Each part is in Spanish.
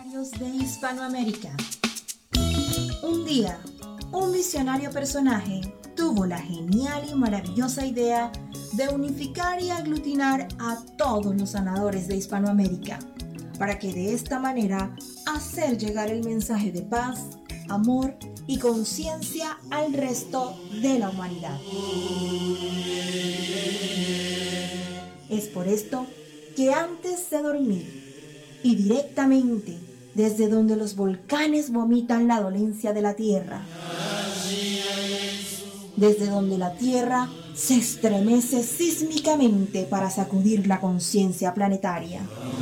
Visionarios de Hispanoamérica. Un día, un visionario personaje tuvo la genial y maravillosa idea de unificar y aglutinar a todos los sanadores de Hispanoamérica, para que de esta manera hacer llegar el mensaje de paz, amor y conciencia al resto de la humanidad. Es por esto que antes de dormir y directamente desde donde los volcanes vomitan la dolencia de la tierra, desde donde la tierra se estremece sísmicamente para sacudir la conciencia planetaria,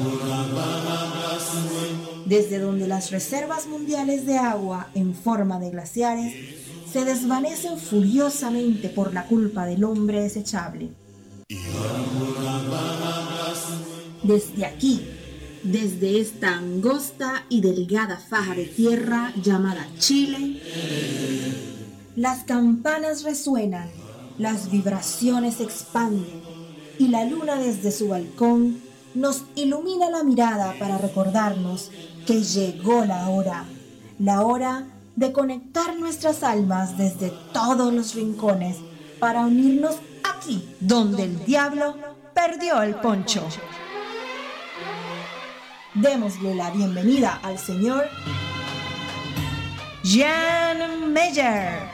desde donde las reservas mundiales de agua en forma de glaciares se desvanecen furiosamente por la culpa del hombre desechable. Desde aquí, desde esta angosta y delgada faja de tierra llamada Chile, las campanas resuenan, las vibraciones se expanden y la luna desde su balcón nos ilumina la mirada para recordarnos que llegó la hora de conectar nuestras almas desde todos los rincones para unirnos aquí donde el diablo perdió el poncho. Démosle la bienvenida al señor Jan Meyer.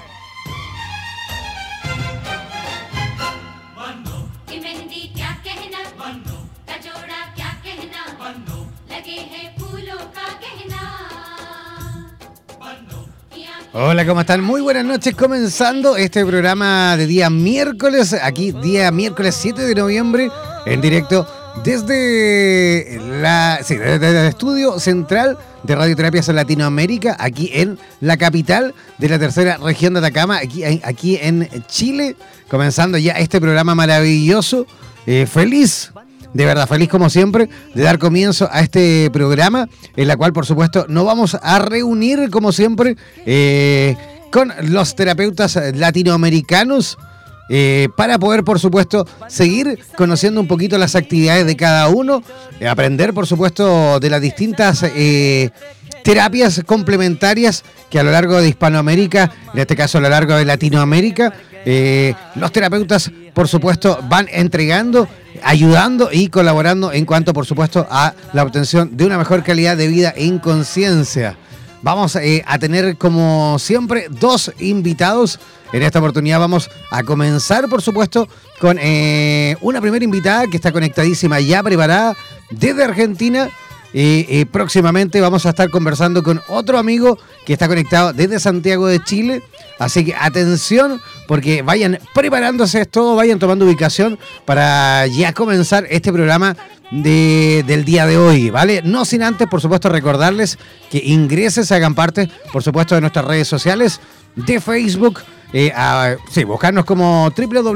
Hola, ¿cómo están? Muy buenas noches, comenzando este programa de día miércoles, aquí día miércoles 7 de noviembre, en directo desde el estudio central de Radioterapias en Latinoamérica, aquí en la capital de la tercera región de Atacama, aquí en Chile, comenzando ya este programa maravilloso, feliz. De verdad, feliz como siempre de dar comienzo a este programa, en la cual, por supuesto, nos vamos a reunir, como siempre, con los terapeutas latinoamericanos para poder, por supuesto, seguir conociendo un poquito las actividades de cada uno, aprender, por supuesto, de las distintas terapias complementarias que a lo largo de Hispanoamérica, en este caso a lo largo de Latinoamérica, los terapeutas, por supuesto, van entregando, ayudando y colaborando en cuanto, por supuesto, a la obtención de una mejor calidad de vida en conciencia. Vamos a tener, como siempre, dos invitados. En esta oportunidad vamos a comenzar, por supuesto, con una primera invitada que está conectadísima, ya preparada desde Argentina. Próximamente vamos a estar conversando con otro amigo que está conectado desde Santiago de Chile. Así que atención, porque vayan preparándose todo, vayan tomando ubicación para ya comenzar este programa del día de hoy, ¿vale? No sin antes, por supuesto, recordarles que ingresen, se hagan parte, por supuesto, de nuestras redes sociales, de Facebook, buscarnos como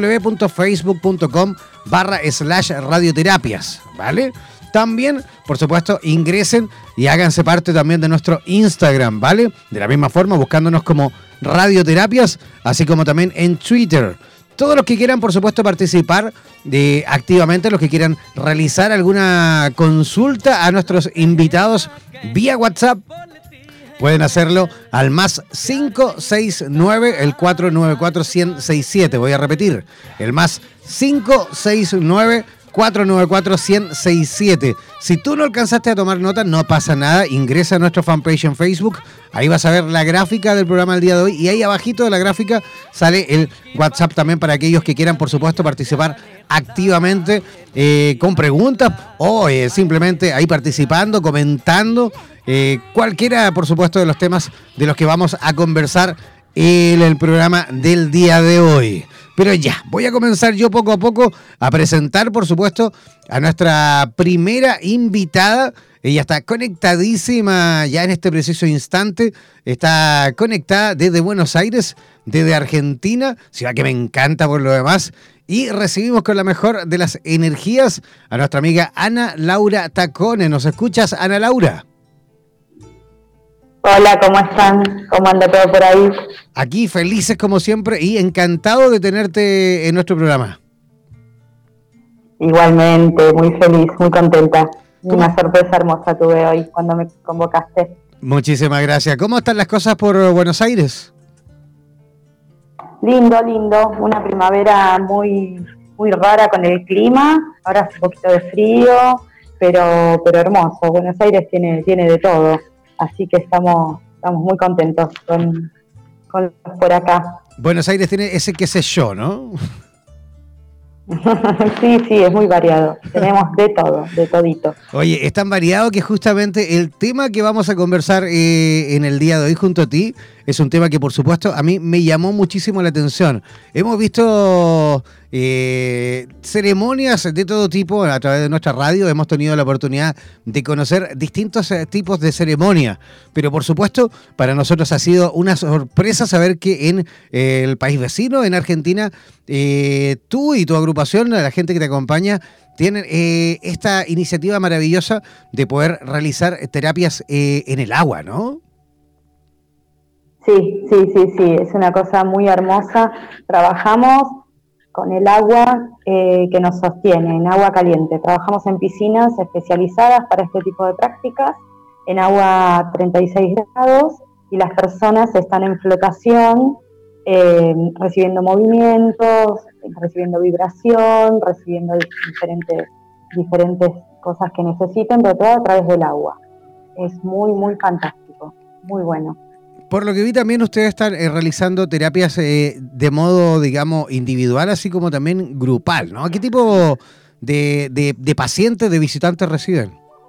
www.facebook.com/radioterapias, ¿vale? También, por supuesto, ingresen y háganse parte también de nuestro Instagram, ¿vale? De la misma forma, buscándonos como Radioterapias, así como también en Twitter. Todos los que quieran, por supuesto, participar activamente, los que quieran realizar alguna consulta a nuestros invitados vía WhatsApp, pueden hacerlo al más 569 el 494-1067. Voy a repetir, el más 569 494-1067. Si tú no alcanzaste a tomar nota, no pasa nada. Ingresa a nuestro fanpage en Facebook. Ahí vas a ver la gráfica del programa del día de hoy. Y ahí abajito de la gráfica sale el WhatsApp también para aquellos que quieran, por supuesto, participar activamente con preguntas o simplemente ahí participando, comentando cualquiera, por supuesto, de los temas de los que vamos a conversar en el programa del día de hoy. Pero ya, voy a comenzar yo poco a poco a presentar, por supuesto, a nuestra primera invitada. Ella está conectadísima ya en este preciso instante. Está conectada desde Buenos Aires, desde Argentina, ciudad que me encanta por lo demás. Y recibimos con la mejor de las energías a nuestra amiga Ana Laura Tacone. ¿Nos escuchas, Ana Laura? Hola, ¿cómo están? ¿Cómo anda todo por ahí? Aquí felices como siempre y encantado de tenerte en nuestro programa. Igualmente, muy feliz, muy contenta. Una sorpresa hermosa tuve hoy cuando me convocaste. Muchísimas gracias. ¿Cómo están las cosas por Buenos Aires? Lindo, una primavera muy, muy rara con el clima, ahora hace un poquito de frío, pero hermoso. Buenos Aires tiene de todo, así que estamos muy contentos con por acá. Buenos Aires tiene ese qué sé yo, ¿no? Sí, es muy variado. Tenemos de todo, de todito. Oye, es tan variado que justamente el tema que vamos a conversar en el día de hoy junto a ti es un tema que, por supuesto, a mí me llamó muchísimo la atención. Hemos visto ceremonias de todo tipo a través de nuestra radio. Hemos tenido la oportunidad de conocer distintos tipos de ceremonias. Pero, por supuesto, para nosotros ha sido una sorpresa saber que en el país vecino, en Argentina, tú y tu agrupación, la gente que te acompaña, tienen esta iniciativa maravillosa de poder realizar terapias en el agua, ¿no? Sí, es una cosa muy hermosa. Trabajamos con el agua que nos sostiene, en agua caliente. Trabajamos en piscinas especializadas para este tipo de prácticas, en agua a 36 grados, y las personas están en flotación, recibiendo movimientos, recibiendo vibración, recibiendo diferentes cosas que necesiten, pero todo a través del agua. Es muy, muy fantástico, muy bueno. Por lo que vi también ustedes están realizando terapias de modo, digamos, individual, así como también grupal, ¿no? ¿Qué tipo de pacientes, de visitantes reciben?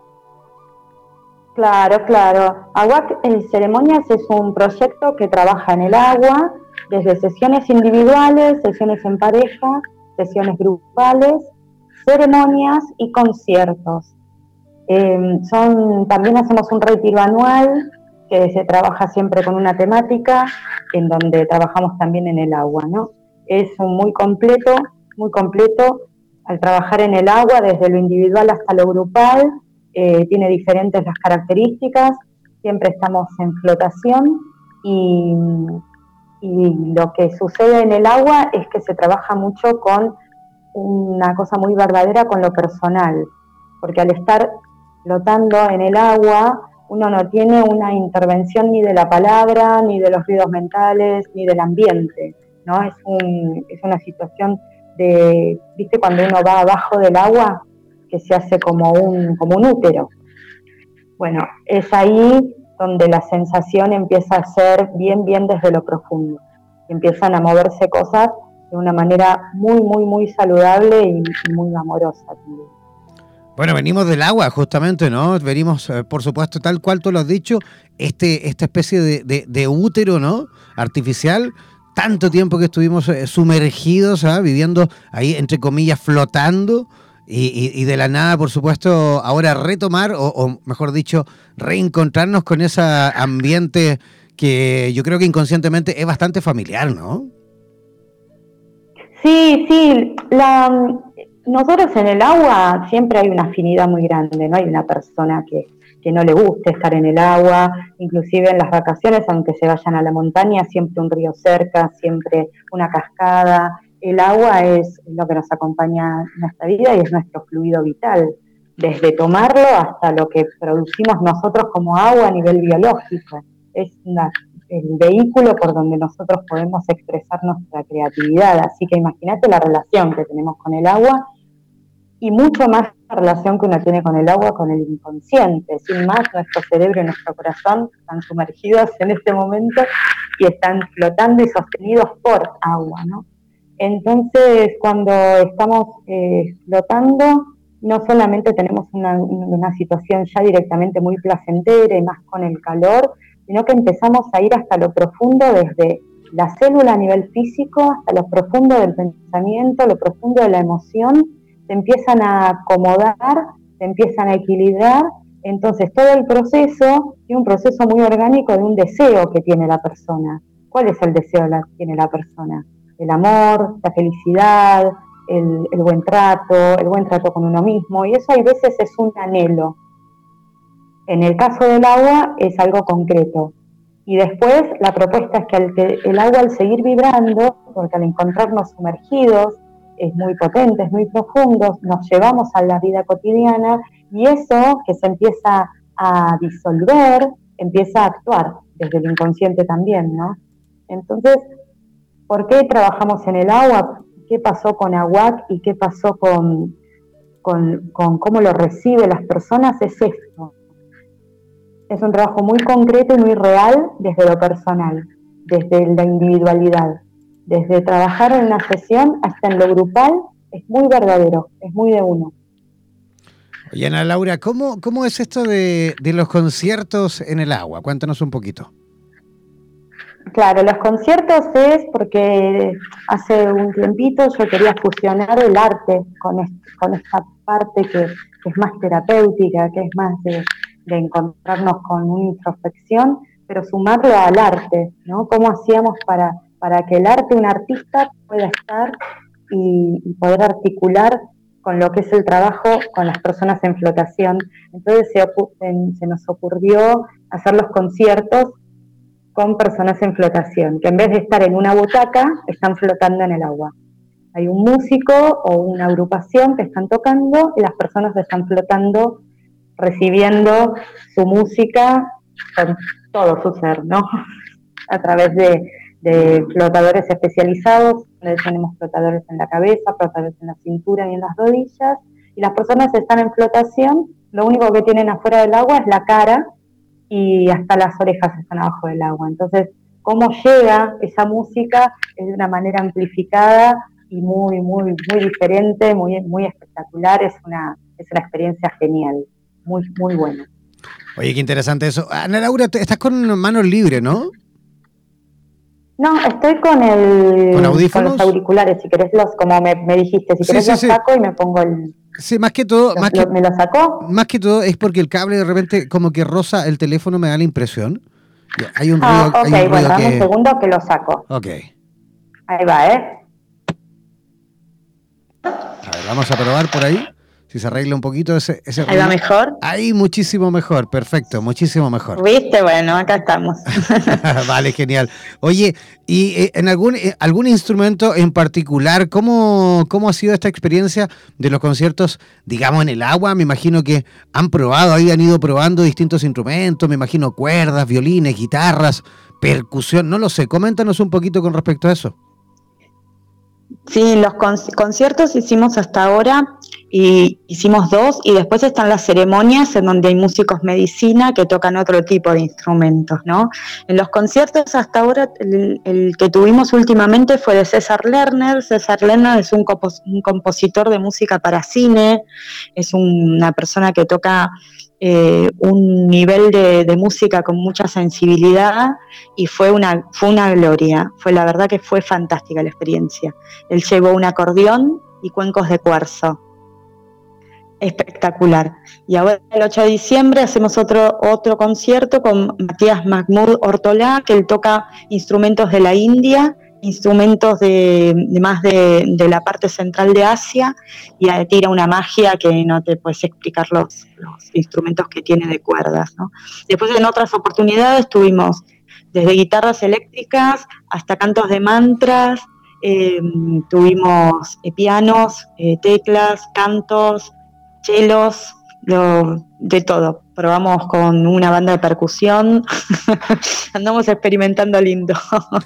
Claro. Agua Ceremonias es un proyecto que trabaja en el agua, desde sesiones individuales, sesiones en pareja, sesiones grupales, ceremonias y conciertos. También hacemos un retiro anual que se trabaja siempre con una temática, en donde trabajamos también en el agua, ¿no? Es muy completo, al trabajar en el agua, desde lo individual hasta lo grupal, tiene diferentes las características, siempre estamos en flotación y lo que sucede en el agua es que se trabaja mucho con una cosa muy verdadera con lo personal, porque al estar flotando en el agua, uno no tiene una intervención ni de la palabra, ni de los ruidos mentales, ni del ambiente, ¿no? Es una situación de, ¿viste? Cuando uno va abajo del agua, que se hace como un útero. Bueno, es ahí donde la sensación empieza a ser bien desde lo profundo. Empiezan a moverse cosas de una manera muy, muy, muy saludable y muy amorosa también. Bueno, venimos del agua, justamente, ¿no? Venimos, por supuesto, tal cual tú lo has dicho, esta especie de útero, ¿no? Artificial. Tanto tiempo que estuvimos sumergidos, viviendo ahí, entre comillas, flotando, y de la nada, por supuesto, ahora retomar, o mejor dicho, reencontrarnos con ese ambiente que yo creo que inconscientemente es bastante familiar, ¿no? Sí, nosotros en el agua siempre hay una afinidad muy grande, no hay una persona que no le guste estar en el agua, inclusive en las vacaciones, aunque se vayan a la montaña, siempre un río cerca, siempre una cascada. El agua es lo que nos acompaña en nuestra vida y es nuestro fluido vital, desde tomarlo hasta lo que producimos nosotros como agua a nivel biológico. Es el vehículo por donde nosotros podemos expresar nuestra creatividad, así que imagínate la relación que tenemos con el agua, y mucho más la relación que uno tiene con el agua, con el inconsciente. Sin más, nuestro cerebro y nuestro corazón están sumergidos en este momento y están flotando y sostenidos por agua, ¿no? Entonces, cuando estamos flotando, no solamente tenemos una situación ya directamente muy placentera y más con el calor, sino que empezamos a ir hasta lo profundo, desde la célula a nivel físico, hasta lo profundo del pensamiento, lo profundo de la emoción. Se empiezan a acomodar, se empiezan a equilibrar, entonces todo el proceso es un proceso muy orgánico de un deseo que tiene la persona. ¿Cuál es el deseo que tiene la persona? El amor, la felicidad, el buen trato con uno mismo, y eso hay veces es un anhelo. En el caso del agua es algo concreto. Y después la propuesta es que el agua, al seguir vibrando, porque al encontrarnos sumergidos, es muy potente, es muy profundo, nos llevamos a la vida cotidiana Y eso que se empieza a disolver, empieza a actuar desde el inconsciente también, ¿no? Entonces, ¿por qué trabajamos en el agua? ¿Qué pasó con AWAC y qué pasó con cómo lo reciben las personas? Es esto. Es un trabajo muy concreto y muy real desde lo personal, desde la individualidad. Desde trabajar en una sesión hasta en lo grupal, es muy verdadero, es muy de uno. Oye, Ana Laura, ¿cómo es esto de los conciertos en el agua? Cuéntanos un poquito. Claro, los conciertos es porque hace un tiempito yo quería fusionar el arte con esta parte que es más terapéutica, que es más de encontrarnos con una introspección, pero sumarlo al arte, ¿no? ¿Cómo hacíamos para que el arte, un artista, pueda estar y poder articular con lo que es el trabajo con las personas en flotación? Entonces se nos ocurrió hacer los conciertos con personas en flotación, que en vez de estar en una butaca, están flotando en el agua. Hay un músico o una agrupación que están tocando y las personas están flotando, recibiendo su música con todo su ser, ¿no? A través de flotadores especializados, donde tenemos flotadores en la cabeza, flotadores en la cintura y en las rodillas, y las personas están en flotación, lo único que tienen afuera del agua es la cara, y hasta las orejas están abajo del agua. Entonces, cómo llega esa música es de una manera amplificada y muy, muy, muy diferente, muy, muy espectacular. Es una experiencia genial, muy, muy buena. Oye, qué interesante eso. Ana Laura, estás con manos libres, ¿no? No, estoy con los auriculares, si querés como me dijiste, si querés los saco y me pongo el... Sí, más que todo... ¿Me lo sacó? Más que todo es porque el cable de repente como que roza el teléfono, me da la impresión. Hay un ruido... Ok, bueno, dame un segundo que lo saco. Ok. Ahí va, A ver, vamos a probar por ahí. Si se arregla un poquito ese ruido. ¿Ahí va mejor? Ahí muchísimo mejor, perfecto, muchísimo mejor. ¿Viste? Bueno, acá estamos. Vale, genial. Oye, ¿y en algún instrumento en particular, cómo ha sido esta experiencia de los conciertos, digamos, en el agua? Me imagino que han ido probando distintos instrumentos, me imagino cuerdas, violines, guitarras, percusión, no lo sé. Coméntanos un poquito con respecto a eso. Sí, los conciertos hicimos hasta ahora y hicimos 2 y después están las ceremonias en donde hay músicos medicina que tocan otro tipo de instrumentos, ¿no? En los conciertos hasta ahora el que tuvimos últimamente fue de César Lerner. César Lerner es un compositor de música para cine, es una persona que toca un nivel de música con mucha sensibilidad y fue una gloria, la verdad que fue fantástica la experiencia. Él llevó un acordeón y cuencos de cuarzo, espectacular. Y ahora el 8 de diciembre hacemos otro concierto con Matías Mahmoud Ortolá, que él toca instrumentos de la India, instrumentos de la parte central de Asia, y tira una magia que no te puedes explicar los instrumentos que tiene de cuerdas, ¿no? Después en otras oportunidades tuvimos desde guitarras eléctricas hasta cantos de mantras, tuvimos pianos, teclas, cantos, chelos, de todo. Probamos con una banda de percusión, andamos experimentando lindo.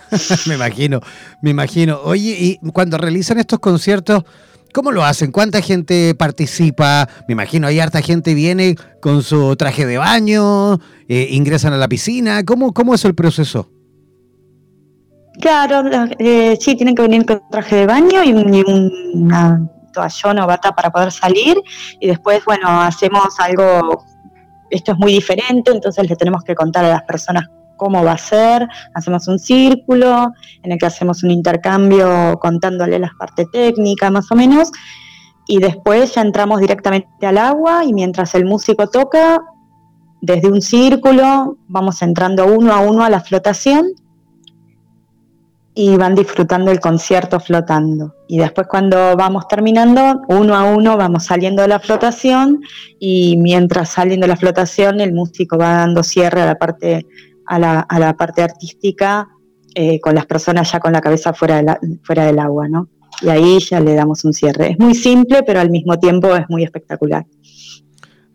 Me imagino. Oye, y cuando realizan estos conciertos, ¿cómo lo hacen? ¿Cuánta gente participa? Me imagino, hay harta gente viene con su traje de baño, ingresan a la piscina. ¿Cómo es el proceso? Claro, sí, tienen que venir con traje de baño y una toallón o bata para poder salir, y después, bueno, hacemos algo, esto es muy diferente, entonces le tenemos que contar a las personas cómo va a ser, hacemos un círculo en el que hacemos un intercambio contándole las partes técnicas más o menos, y después ya entramos directamente al agua y mientras el músico toca, desde un círculo vamos entrando uno a uno a la flotación y van disfrutando el concierto flotando. Y después cuando vamos terminando, uno a uno vamos saliendo de la flotación, y mientras saliendo de la flotación el músico va dando cierre a la parte artística, con las personas ya con la cabeza fuera del agua, ¿no? Y ahí ya le damos un cierre. Es muy simple, pero al mismo tiempo es muy espectacular.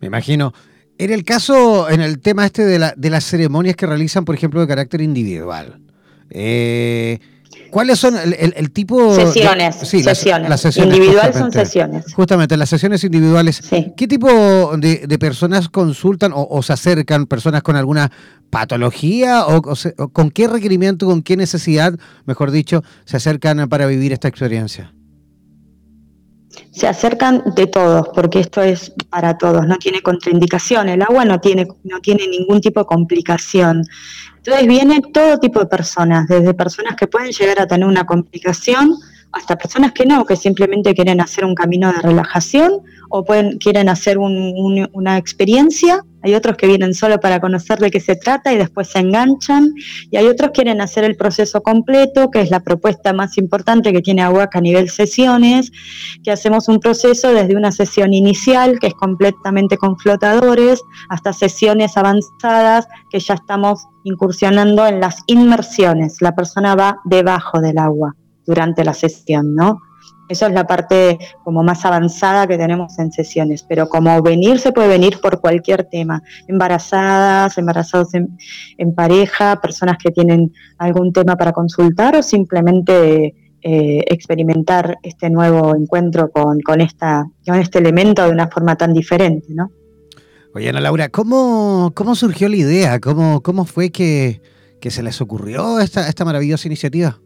Me imagino. En el caso, en el tema este de las ceremonias que realizan, por ejemplo, de carácter individual, ¿cuáles son el tipo sesiones? Sí, sesiones. Las sesiones. Individual son sesiones. Justamente, las sesiones individuales. Sí. ¿Qué tipo de personas consultan o se acercan? ¿Personas con alguna patología o con qué requerimiento, con qué necesidad, mejor dicho, se acercan para vivir esta experiencia? Se acercan de todos, porque esto es para todos, no tiene contraindicación, el agua no tiene ningún tipo de complicación. Entonces viene todo tipo de personas, desde personas que pueden llegar a tener una complicación, hasta personas que no, que simplemente quieren hacer un camino de relajación o quieren hacer una experiencia. Hay otros que vienen solo para conocer de qué se trata y después se enganchan, y hay otros que quieren hacer el proceso completo, que es la propuesta más importante que tiene AWAC a nivel sesiones, que hacemos un proceso desde una sesión inicial, que es completamente con flotadores, hasta sesiones avanzadas, que ya estamos incursionando en las inmersiones. La persona va debajo del agua durante la sesión, ¿no? Eso es la parte como más avanzada que tenemos en sesiones, pero como se puede venir por cualquier tema, embarazados en pareja, personas que tienen algún tema para consultar o simplemente experimentar este nuevo encuentro con este elemento de una forma tan diferente, ¿no? Oye, Ana Laura, ¿cómo surgió la idea? ¿Cómo fue que se les ocurrió esta maravillosa iniciativa?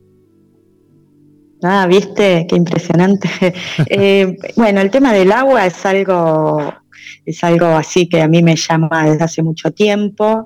¿Viste? Qué impresionante. Bueno, el tema del agua es algo así que a mí me llama desde hace mucho tiempo.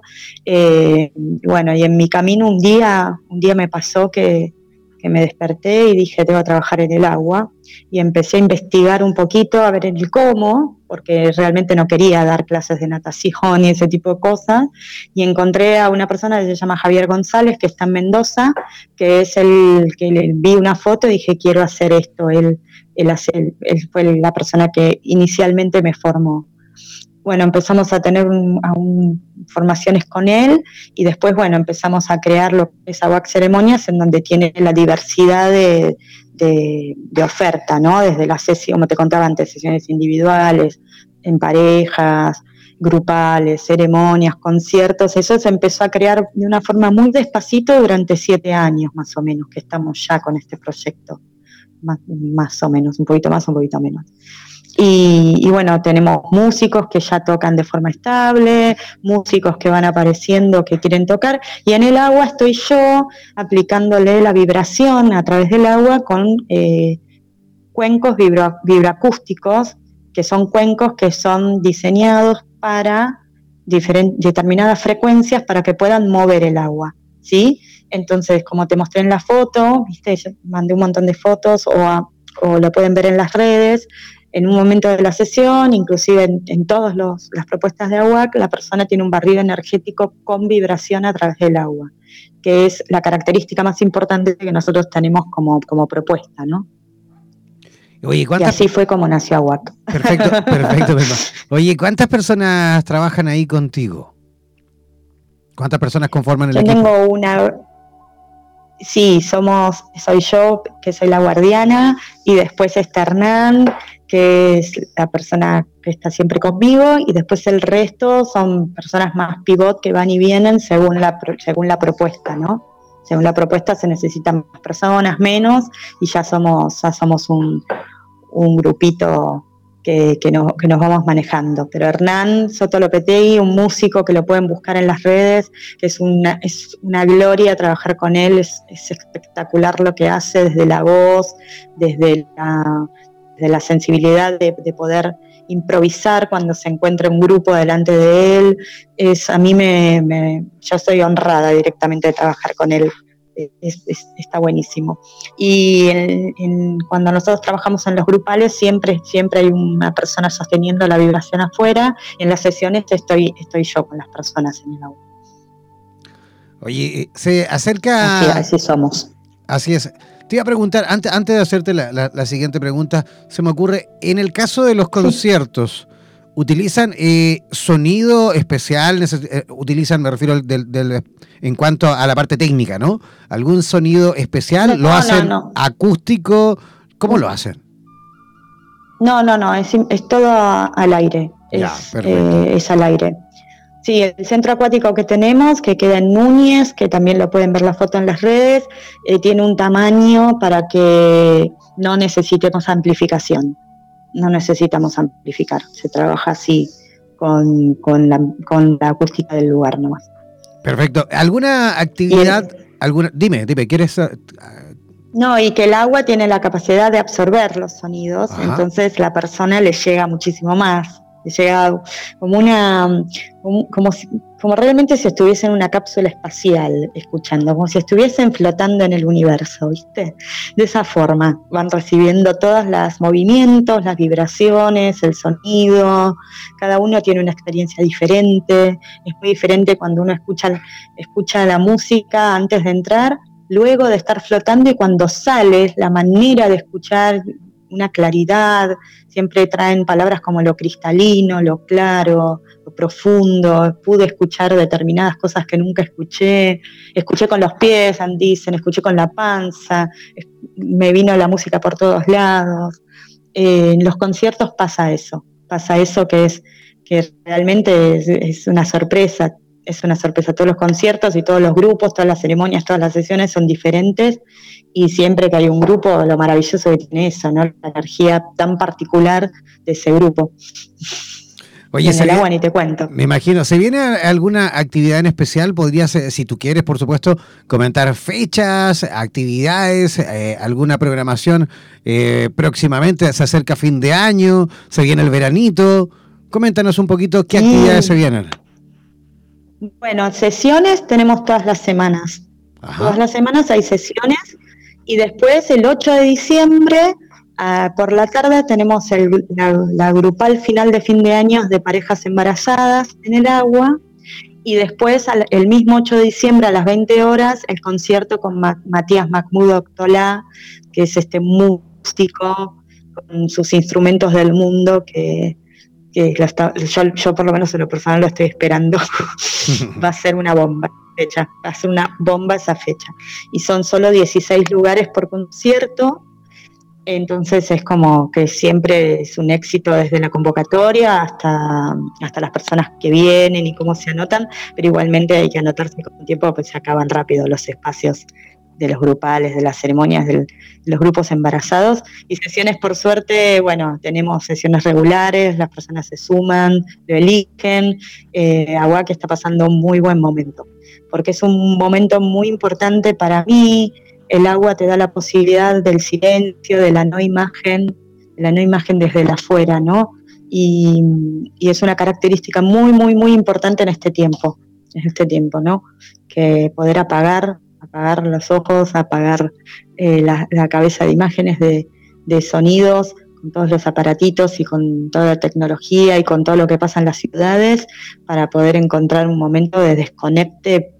Bueno, y en mi camino un día me pasó que me desperté y dije, tengo que trabajar en el agua, y empecé a investigar un poquito, a ver el cómo, porque realmente no quería dar clases de natación y ese tipo de cosas, y encontré a una persona que se llama Javier González, que está en Mendoza, que es el que le vi una foto y dije, quiero hacer esto. Él fue la persona que inicialmente me formó. Bueno, empezamos a tener formaciones con él, y después, bueno, empezamos a crear lo que es AWAC Ceremonias, en donde tiene la diversidad de oferta, ¿no? Desde la sesión, como te contaba antes, sesiones individuales, en parejas, grupales, ceremonias, conciertos. Eso se empezó a crear de una forma muy despacito durante 7 años, más o menos, que estamos ya con este proyecto. Más o menos, un poquito más, un poquito menos. Y bueno, tenemos músicos que ya tocan de forma estable, músicos que van apareciendo que quieren tocar, y en el agua estoy yo aplicándole la vibración a través del agua con cuencos vibroacústicos, que son cuencos que son diseñados para determinadas frecuencias para que puedan mover el agua, ¿sí? Entonces, como te mostré en la foto, ¿viste? Yo mandé un montón de fotos o lo pueden ver en las redes. En un momento de la sesión, inclusive en todas las propuestas de AWAC, la persona tiene un barrido energético con vibración a través del agua, que es la característica más importante que nosotros tenemos como propuesta, ¿no? Oye, y así fue como nació AWAC. Perfecto. Oye, ¿cuántas personas trabajan ahí contigo? ¿Cuántas personas conforman el equipo? Yo tengo sí, soy yo, que soy la guardiana, y después está Hernán, que es la persona que está siempre conmigo, y después el resto son personas más pivot que van y vienen según la propuesta, ¿no? Según la propuesta se necesitan más personas, menos, y ya somos un grupito que nos vamos manejando. Pero Hernán Soto Lopetegui, un músico que lo pueden buscar en las redes, que es una gloria trabajar con él, es espectacular lo que hace desde la voz, desde la sensibilidad de poder improvisar cuando se encuentra un grupo delante de él. A mí yo estoy honrada directamente de trabajar con él. Está buenísimo. Y cuando nosotros trabajamos en los grupales siempre hay una persona sosteniendo la vibración afuera, y en las sesiones estoy yo con las personas en el agua. Oye, se acerca... Así somos. Así es. Te iba a preguntar, antes de hacerte la siguiente pregunta, se me ocurre, en el caso de los conciertos, ¿utilizan sonido especial? Me refiero en cuanto a la parte técnica, ¿no? ¿Algún sonido especial? ¿Lo hacen acústico? ¿Cómo lo hacen? No, es todo al aire. es al aire. Sí, el centro acuático que tenemos, que queda en Núñez, que también lo pueden ver la foto en las redes, tiene un tamaño para que no necesitemos amplificación. No necesitamos amplificar, se trabaja así con la acústica del lugar nomás. Perfecto. ¿Alguna actividad? Dime, ¿quieres...? No, y que el agua tiene la capacidad de absorber los sonidos, entonces la persona le llega muchísimo más. Llega como realmente si estuviesen en una cápsula espacial escuchando, como si estuviesen flotando en el universo, ¿viste? De esa forma van recibiendo todos los movimientos, las vibraciones, el sonido. Cada uno tiene una experiencia diferente. Es muy diferente cuando uno escucha la música antes de entrar, luego de estar flotando, y cuando sales, la manera de escuchar, una claridad, siempre traen palabras como lo cristalino, lo claro, lo profundo. Pude escuchar determinadas cosas que nunca escuché con los pies, dicen, escuché con la panza, me vino la música por todos lados. En los conciertos pasa eso que realmente es una sorpresa. Es una sorpresa. Todos los conciertos y todos los grupos, todas las ceremonias, todas las sesiones son diferentes, y siempre que hay un grupo, lo maravilloso que tiene eso, ¿no? La energía tan particular de ese grupo. Oye, en el agua ni te cuento. Me imagino. ¿Se viene alguna actividad en especial? Podrías, si tú quieres, por supuesto, comentar fechas, actividades, alguna programación próximamente. Se acerca fin de año, se viene el veranito. Coméntanos un poquito qué actividades se vienen. Bueno, sesiones tenemos todas las semanas. Todas las semanas hay sesiones, y después el 8 de diciembre por la tarde tenemos la grupal final de fin de año de parejas embarazadas en el agua, y después el mismo 8 de diciembre a las 20 horas el concierto con Matías Mahmoud Octolá, que es este músico con sus instrumentos del mundo que yo por lo menos en lo personal lo estoy esperando. Va a ser una bomba esa fecha, y son solo 16 lugares por concierto, entonces es como que siempre es un éxito desde la convocatoria hasta las personas que vienen y cómo se anotan, pero igualmente hay que anotarse con tiempo, pues se acaban rápido los espacios de los grupales, de las ceremonias de los grupos embarazados. Y sesiones, por suerte, bueno, tenemos sesiones regulares, las personas se suman, lo eligen. Agua que está pasando un muy buen momento, porque es un momento muy importante para mí. El agua te da la posibilidad del silencio, de la no imagen desde el afuera, ¿no? Y es una característica muy, muy, muy importante en este tiempo, ¿no? Que poder apagar los ojos, apagar la cabeza de imágenes, de sonidos, con todos los aparatitos y con toda la tecnología y con todo lo que pasa en las ciudades, para poder encontrar un momento de desconecte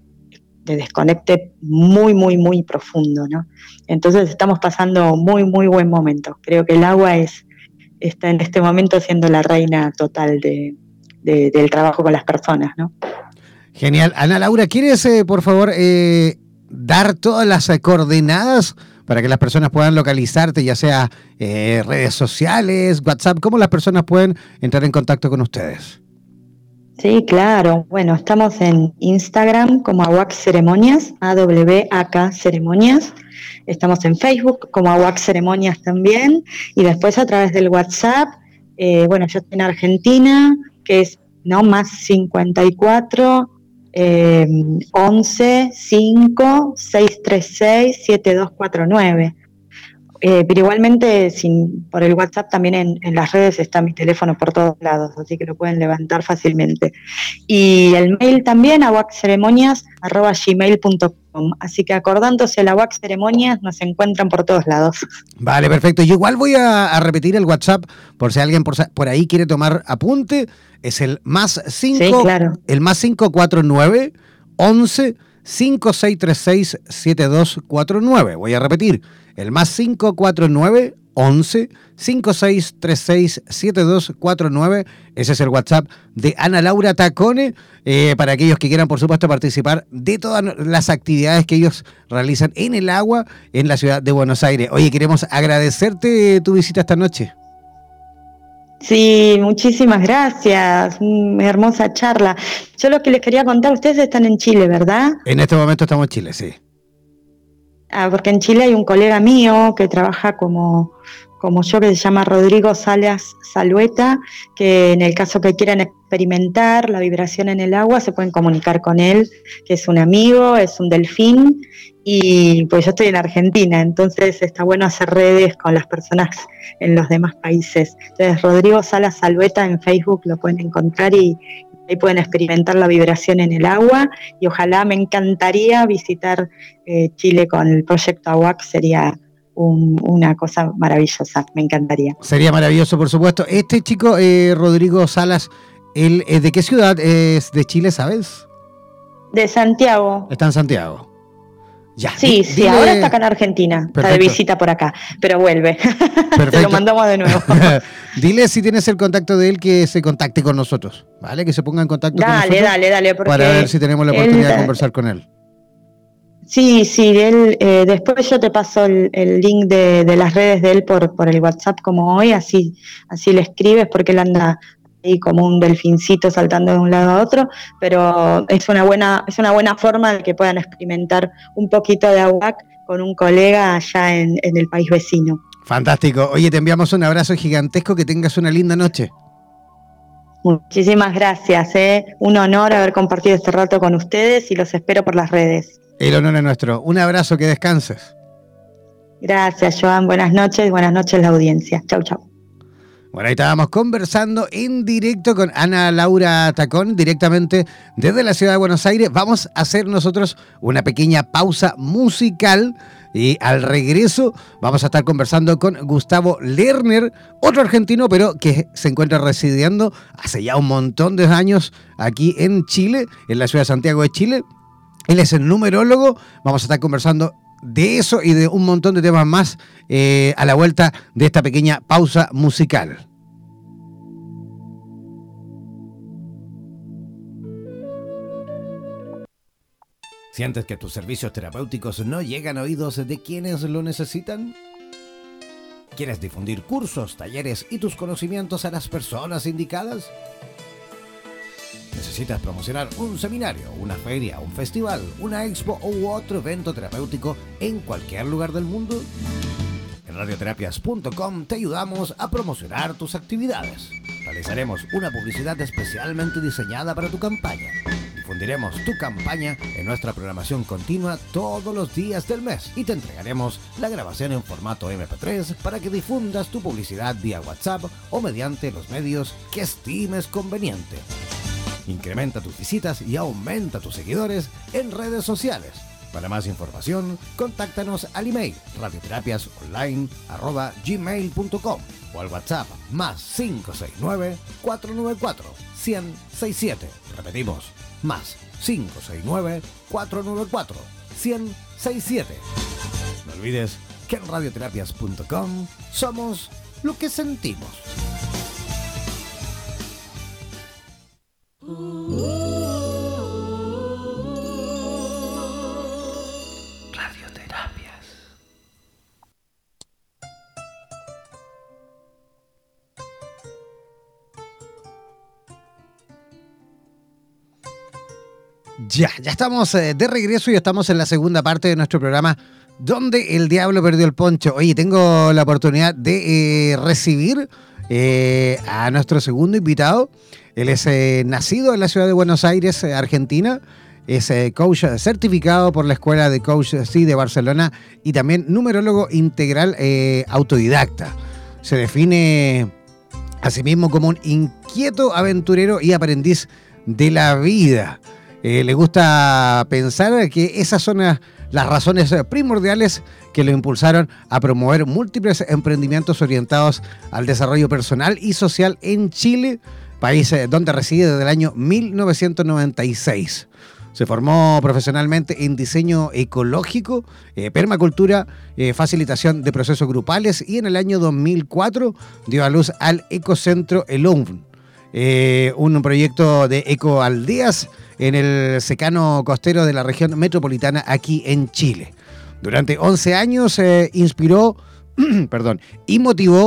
muy, muy, muy profundo, ¿no? Entonces estamos pasando muy, muy buen momento. Creo que el agua está en este momento siendo la reina total del trabajo con las personas, ¿no? Genial. Ana Laura, ¿quieres, por favor, dar todas las coordenadas para que las personas puedan localizarte, ya sea redes sociales, WhatsApp? ¿Cómo las personas pueden entrar en contacto con ustedes? Sí, claro. Bueno, estamos en Instagram como AWAC Ceremonias, AWAK Ceremonias. Estamos en Facebook como AWAC Ceremonias también. Y después a través del WhatsApp, bueno, yo estoy en Argentina, que es más 54 11 5 636 7249. Pero igualmente por el WhatsApp también en las redes está mi teléfono por todos lados, así que lo pueden levantar fácilmente. Y el mail también, awacceremonias@gmail.com. Así que acordándose el AWAC Ceremonias, nos encuentran por todos lados. Vale, perfecto. Yo igual voy a repetir el WhatsApp por si alguien por ahí quiere tomar apunte. Es el +5, sí, claro. El +549 11 5636 7249. Voy a repetir. El +549 11 5636 7249. Ese es el WhatsApp de Ana Laura Tacone, para aquellos que quieran, por supuesto, participar de todas las actividades que ellos realizan en el agua en la ciudad de Buenos Aires. Oye, queremos agradecerte tu visita esta noche. Sí, muchísimas gracias, hermosa charla. Yo lo que les quería contar, ustedes están en Chile, ¿verdad? En este momento estamos en Chile, sí. Porque en Chile hay un colega mío que trabaja como yo, que se llama Rodrigo Salas Salueta, que en el caso que quieran experimentar la vibración en el agua, se pueden comunicar con él, que es un amigo, es un delfín, y pues yo estoy en Argentina, entonces está bueno hacer redes con las personas en los demás países. Entonces Rodrigo Salas Salueta en Facebook lo pueden encontrar y ahí pueden experimentar la vibración en el agua, y ojalá, me encantaría visitar Chile con el proyecto AWAC, sería una cosa maravillosa, me encantaría. Sería maravilloso, por supuesto. Este chico, Rodrigo Salas, ¿él es de qué ciudad es de Chile, sabes? De Santiago. Está en Santiago. Ya, sí, sí, ahora está acá en Argentina, perfecto. Está de visita por acá, pero vuelve. Te lo mandamos de nuevo. Dile, si tienes el contacto de él, que se contacte con nosotros, ¿vale? Que se ponga en contacto con nosotros. Dale, para ver si tenemos la oportunidad de conversar con él. Sí, él, después yo te paso el link de las redes de él por el WhatsApp como hoy, así le escribes, porque él anda ahí como un delfincito saltando de un lado a otro, pero es una buena forma de que puedan experimentar un poquito de AWAC con un colega allá en el país vecino. Fantástico. Oye, te enviamos un abrazo gigantesco, que tengas una linda noche. Muchísimas gracias, un honor haber compartido este rato con ustedes y los espero por las redes. El honor es nuestro. Un abrazo, que descanses. Gracias, Joan. Buenas noches la audiencia. Chau, chau. Bueno, ahí estábamos conversando en directo con Ana Laura Tacón, directamente desde la ciudad de Buenos Aires. Vamos a hacer nosotros una pequeña pausa musical y al regreso vamos a estar conversando con Gustavo Lerner, otro argentino, pero que se encuentra residiendo hace ya un montón de años aquí en Chile, en la ciudad de Santiago de Chile. Él es el numerólogo. Vamos a estar conversando de eso y de un montón de temas más a la vuelta de esta pequeña pausa musical. ¿Sientes que tus servicios terapéuticos no llegan a oídos de quienes lo necesitan? ¿Quieres difundir cursos, talleres y tus conocimientos a las personas indicadas? ¿Necesitas promocionar un seminario, una feria, un festival, una expo u otro evento terapéutico en cualquier lugar del mundo? En radioterapias.com te ayudamos a promocionar tus actividades. Realizaremos una publicidad especialmente diseñada para tu campaña. Difundiremos tu campaña en nuestra programación continua todos los días del mes y te entregaremos la grabación en formato MP3 para que difundas tu publicidad vía WhatsApp o mediante los medios que estimes conveniente. Incrementa tus visitas y aumenta tus seguidores en redes sociales. Para más información, contáctanos al email radioterapiasonline@gmail.com o al WhatsApp más 569-494-1067. Repetimos, más 569-494-1067. No olvides que en radioterapias.com somos lo que sentimos. Radioterapias. Ya estamos de regreso y estamos en la segunda parte de nuestro programa, donde el diablo perdió el poncho. Oye, tengo la oportunidad de recibir a nuestro segundo invitado. Él es nacido en la ciudad de Buenos Aires, Argentina. Es coach certificado por la Escuela de Coach C de Barcelona y también numerólogo integral autodidacta. Se define a sí mismo como un inquieto aventurero y aprendiz de la vida. Le gusta pensar que esas son las razones primordiales que lo impulsaron a promover múltiples emprendimientos orientados al desarrollo personal y social en Chile, país donde reside desde el año 1996. Se formó profesionalmente en diseño ecológico, permacultura, facilitación de procesos grupales y en el año 2004 dio a luz al Ecocentro Elón, un proyecto de ecoaldeas en el secano costero de la región metropolitana aquí en Chile. Durante 11 años inspiró y motivó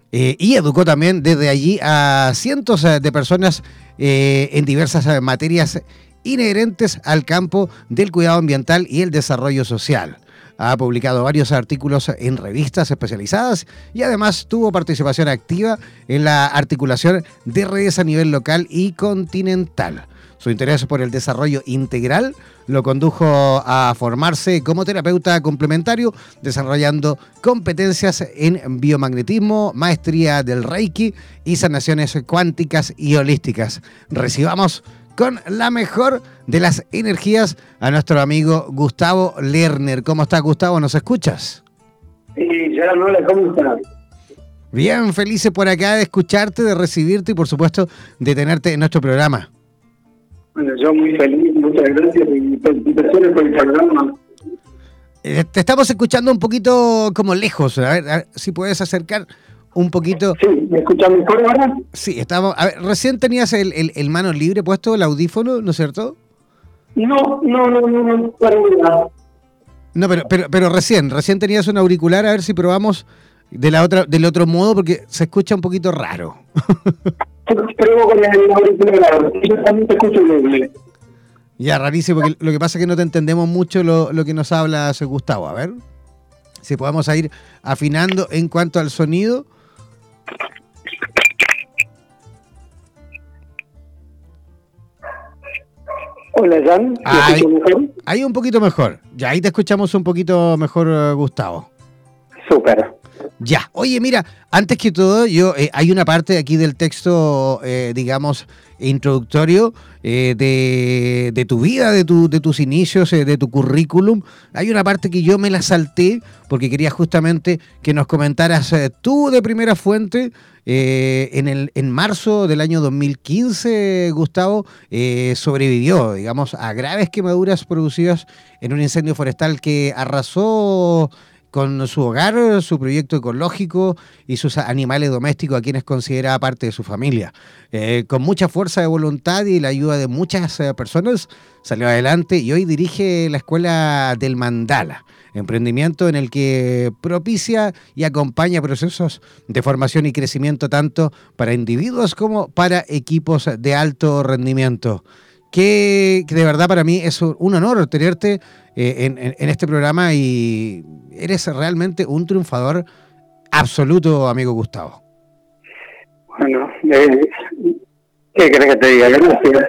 y educó también desde allí a cientos de personas en diversas materias inherentes al campo del cuidado ambiental y el desarrollo social. Ha publicado varios artículos en revistas especializadas y además tuvo participación activa en la articulación de redes a nivel local y continental. Su interés por el desarrollo integral lo condujo a formarse como terapeuta complementario, desarrollando competencias en biomagnetismo, maestría del Reiki y sanaciones cuánticas y holísticas. Recibamos con la mejor de las energías a nuestro amigo Gustavo Lerner. ¿Cómo estás, Gustavo? ¿Nos escuchas? Sí, ya no, ¿cómo estás? Bien, felices por acá de escucharte, de recibirte y por supuesto de tenerte en nuestro programa. Bueno, yo muy feliz, muchas gracias y felicitaciones por el programa. Te estamos escuchando un poquito como lejos, a ver si puedes acercar un poquito. Sí, ¿me escuchas mejor ahora? Sí, estamos. A ver, recién tenías el mano libre puesto, el audífono, ¿no es cierto? No, para nada. No, pero recién tenías un auricular, a ver si probamos del otro modo, porque se escucha un poquito raro. Pruebo con el auricular, yo también te escucho bien. Ya, rarísimo, porque lo que pasa es que no te entendemos mucho lo que nos habla Gustavo. A ver si podemos ir afinando en cuanto al sonido. Hola, Jan, ¿me escuchas mejor? Ahí un poquito mejor. Ya, ahí te escuchamos un poquito mejor, Gustavo. Súper. Ya, oye, mira, antes que todo, hay una parte aquí del texto, digamos, introductorio de tu vida, de tus inicios, de tu currículum. Hay una parte que yo me la salté porque quería justamente que nos comentaras tú de primera fuente. En marzo del año 2015, Gustavo sobrevivió, digamos, a graves quemaduras producidas en un incendio forestal que arrasó con su hogar, su proyecto ecológico y sus animales domésticos, a quienes considera parte de su familia. Con mucha fuerza de voluntad y la ayuda de muchas personas, salió adelante y hoy dirige la Escuela del Mandala, emprendimiento en el que propicia y acompaña procesos de formación y crecimiento tanto para individuos como para equipos de alto rendimiento. Que de verdad para mí es un honor tenerte en este programa y eres realmente un triunfador absoluto, amigo Gustavo. Bueno, ¿qué crees que te diga? Gracias.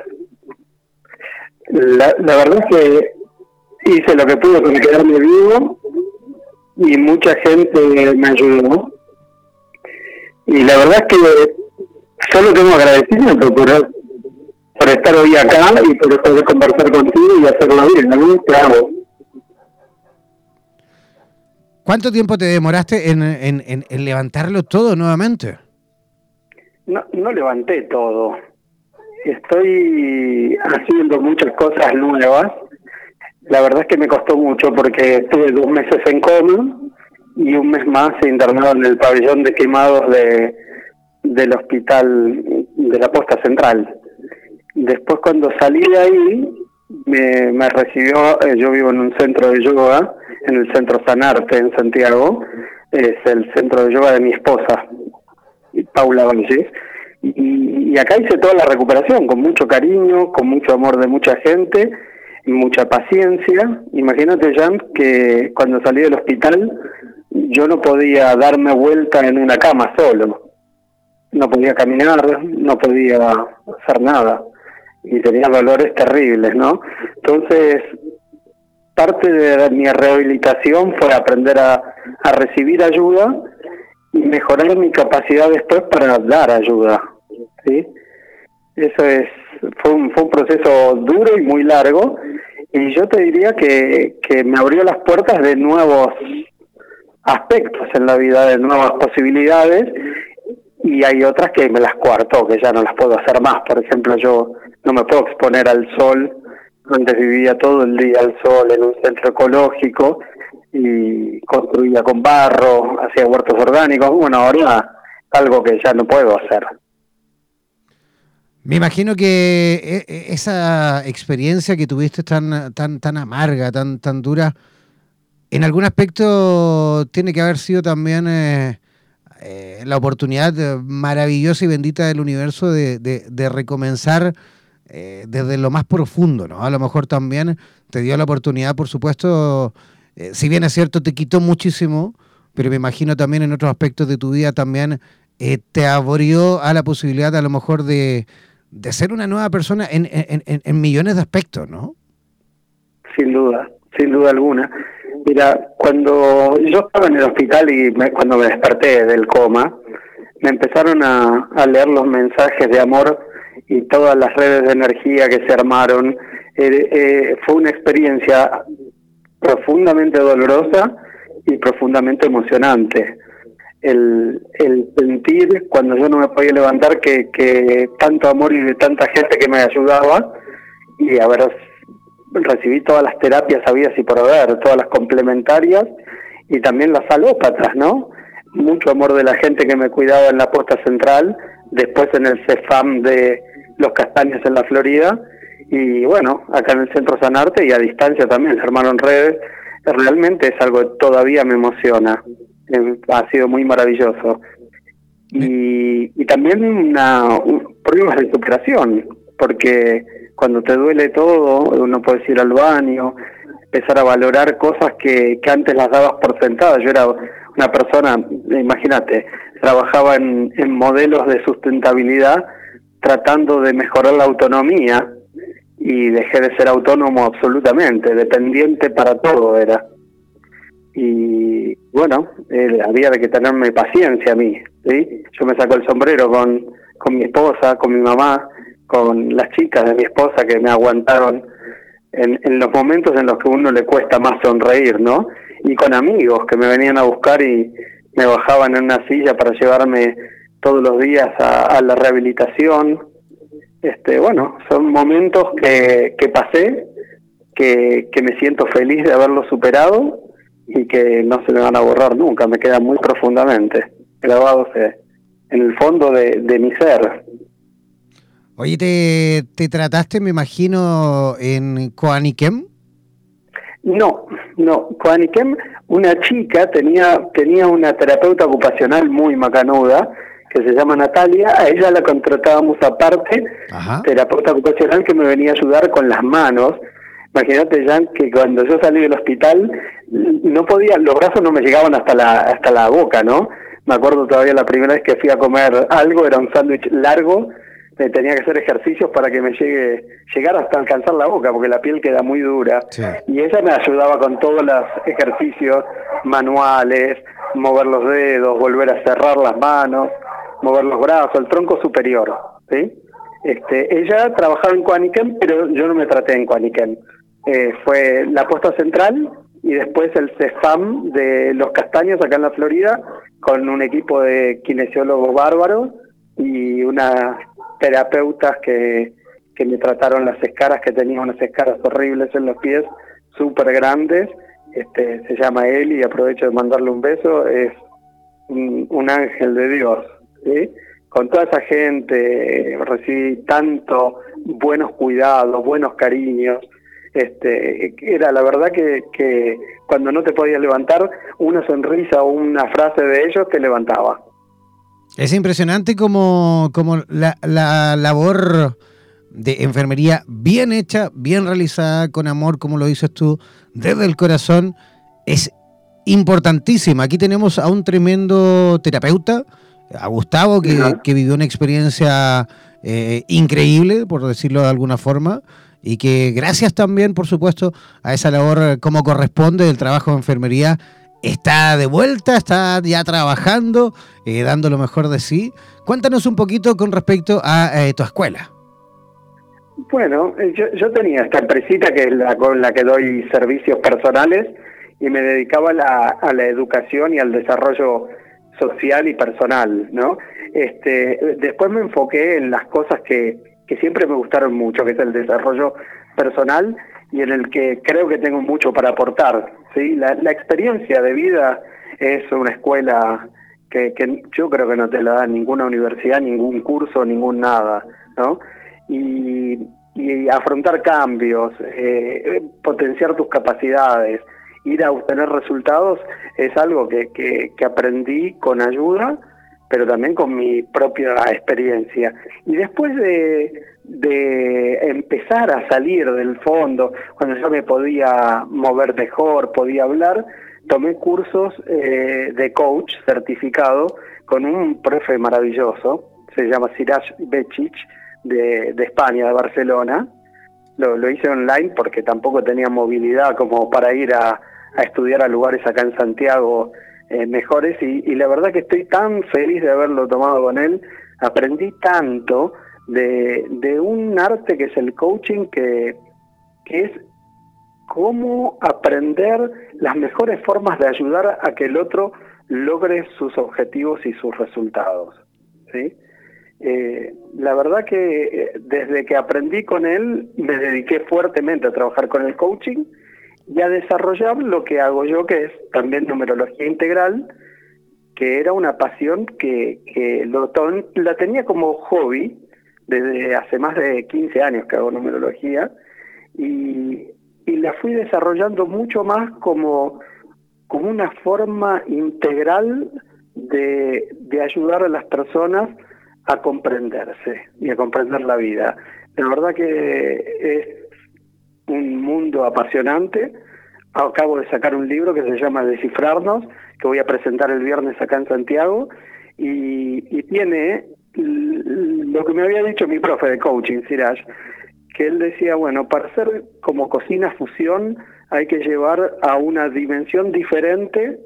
La verdad es que hice lo que pude para quedarme vivo y mucha gente me ayudó. Y la verdad es que solo tengo agradecimiento por estar hoy acá y por poder conversar contigo y hacerlo bien, ¿no? Claro. ¿Cuánto tiempo te demoraste en levantarlo todo nuevamente? No levanté todo. Estoy haciendo muchas cosas nuevas. La verdad es que me costó mucho porque estuve 2 meses en coma y 1 mes más internado en el pabellón de quemados del hospital de la Posta Central. Después, cuando salí de ahí, me recibió, yo vivo en un centro de yoga, en el Centro Sanarte en Santiago, es el centro de yoga de mi esposa, Paula Valles, y acá hice toda la recuperación, con mucho cariño, con mucho amor de mucha gente, mucha paciencia. Imagínate, Jan, que cuando salí del hospital, yo no podía darme vuelta en una cama solo, no podía caminar, no podía hacer nada. Y tenía dolores terribles, ¿no? Entonces, parte de mi rehabilitación fue aprender a recibir ayuda y mejorar mi capacidad después para dar ayuda, ¿sí? Eso fue un proceso duro y muy largo, y yo te diría que me abrió las puertas de nuevos aspectos en la vida, de nuevas posibilidades, y hay otras que me las coartó, que ya no las puedo hacer más. Por ejemplo, yo no me puedo exponer al sol. Antes vivía todo el día al sol en un centro ecológico y construía con barro, hacía huertos orgánicos. Bueno, ahora algo que ya no puedo hacer. Me imagino que esa experiencia que tuviste tan amarga, tan dura, en algún aspecto tiene que haber sido también la oportunidad maravillosa y bendita del universo de recomenzar desde lo más profundo, ¿no? A lo mejor también te dio la oportunidad, por supuesto, si bien es cierto, te quitó muchísimo, pero me imagino también en otros aspectos de tu vida también te abrió a la posibilidad a lo mejor de ser una nueva persona en millones de aspectos, ¿no? Sin duda alguna. Mira, cuando yo estaba en el hospital y cuando me desperté del coma, me empezaron a leer los mensajes de amor y todas las redes de energía que se armaron. Fue una experiencia profundamente dolorosa y profundamente emocionante. El sentir, cuando yo no me podía levantar, que tanto amor y de tanta gente que me ayudaba, y recibí todas las terapias habidas y por haber, todas las complementarias, y también las alópatas, ¿no? Mucho amor de la gente que me cuidaba en la posta central, después en el CEFAM de Los Castaños en la Florida, y bueno, acá en el Centro Sanarte y a distancia también se armaron redes. Realmente es algo que todavía me emociona, ha sido muy maravilloso. Y también pruebas de superación, porque cuando te duele todo, uno puede ir al baño, empezar a valorar cosas que antes las dabas por sentadas. Yo era una persona, imagínate, trabajaba en modelos de sustentabilidad tratando de mejorar la autonomía y dejé de ser autónomo absolutamente, dependiente para todo era. Y bueno, había de que tenerme paciencia a mí, ¿sí? Yo me saco el sombrero con mi esposa, con mi mamá, con las chicas de mi esposa que me aguantaron en los momentos en los que a uno le cuesta más sonreír, ¿no? Y con amigos que me venían a buscar y me bajaban en una silla para llevarme todos los días a la rehabilitación. Bueno, son momentos que pasé, que me siento feliz de haberlos superado y que no se me van a borrar nunca, me quedan muy profundamente grabados en el fondo de mi ser. Oye, ¿te trataste, me imagino, en Coaniquem? No, Coaniquem, una chica tenía una terapeuta ocupacional muy macanuda, que se llama Natalia. A ella la contratábamos aparte. Ajá. Terapeuta ocupacional que me venía a ayudar con las manos. Imagínate, Jan, que cuando yo salí del hospital no podía, los brazos no me llegaban hasta la boca, ¿no? Me acuerdo todavía la primera vez que fui a comer algo, era un sándwich largo, tenía que hacer ejercicios para que me llegar hasta alcanzar la boca, porque la piel queda muy dura. Sí. Y ella me ayudaba con todos los ejercicios manuales, mover los dedos, volver a cerrar las manos, mover los brazos, el tronco superior, ¿sí? Ella trabajaba en Coaniquem, pero yo no me traté en Coaniquem. Fue la posta central y después el CEFAM de Los Castaños acá en la Florida, con un equipo de kinesiólogos bárbaros y unas terapeutas que me trataron las escaras, que tenía unas escaras horribles en los pies, súper grandes. Se llama Eli, y aprovecho de mandarle un beso, es un ángel de Dios, ¿sí? Con toda esa gente recibí tanto buenos cuidados, buenos cariños. Era la verdad que cuando no te podías levantar, una sonrisa o una frase de ellos te levantaba. Es impresionante como la labor de enfermería bien hecha, bien realizada, con amor, como lo dices tú, desde el corazón, es importantísima. Aquí tenemos a un tremendo terapeuta, a Gustavo, que vivió una experiencia increíble, por decirlo de alguna forma, y que gracias también, por supuesto, a esa labor como corresponde del trabajo de enfermería, está de vuelta, está ya trabajando, dando lo mejor de sí. Cuéntanos un poquito con respecto a tu escuela. Bueno, yo tenía esta empresita que es con la que doy servicios personales y me dedicaba a la educación y al desarrollo social y personal, ¿no? Después me enfoqué en las cosas que siempre me gustaron mucho, que es el desarrollo personal y en el que creo que tengo mucho para aportar, ¿sí? La experiencia de vida es una escuela que yo creo que no te la da ninguna universidad, ningún curso, ningún nada, ¿no? Y afrontar cambios, potenciar tus capacidades, ir a obtener resultados, es algo que aprendí con ayuda pero también con mi propia experiencia. Y después de empezar a salir del fondo, cuando yo me podía mover mejor, podía hablar, tomé cursos de coach certificado con un profe maravilloso, se llama Siraj Bečić, de España, de Barcelona. Lo hice online porque tampoco tenía movilidad como para ir a estudiar a lugares acá en Santiago mejores, y la verdad que estoy tan feliz de haberlo tomado con él. Aprendí tanto de un arte que es el coaching, que es cómo aprender las mejores formas de ayudar a que el otro logre sus objetivos y sus resultados, ¿sí? La verdad que desde que aprendí con él me dediqué fuertemente a trabajar con el coaching y a desarrollar lo que hago yo, que es también numerología integral, que era una pasión que la tenía como hobby desde hace más de 15 años que hago numerología, y la fui desarrollando mucho más como una forma integral de ayudar a las personas a comprenderse y a comprender la vida. La verdad que es un mundo apasionante. Acabo de sacar un libro que se llama Descifrarnos, que voy a presentar el viernes acá en Santiago, y tiene lo que me había dicho mi profe de coaching, Siraj, que él decía, bueno, para hacer como cocina fusión hay que llevar a una dimensión diferente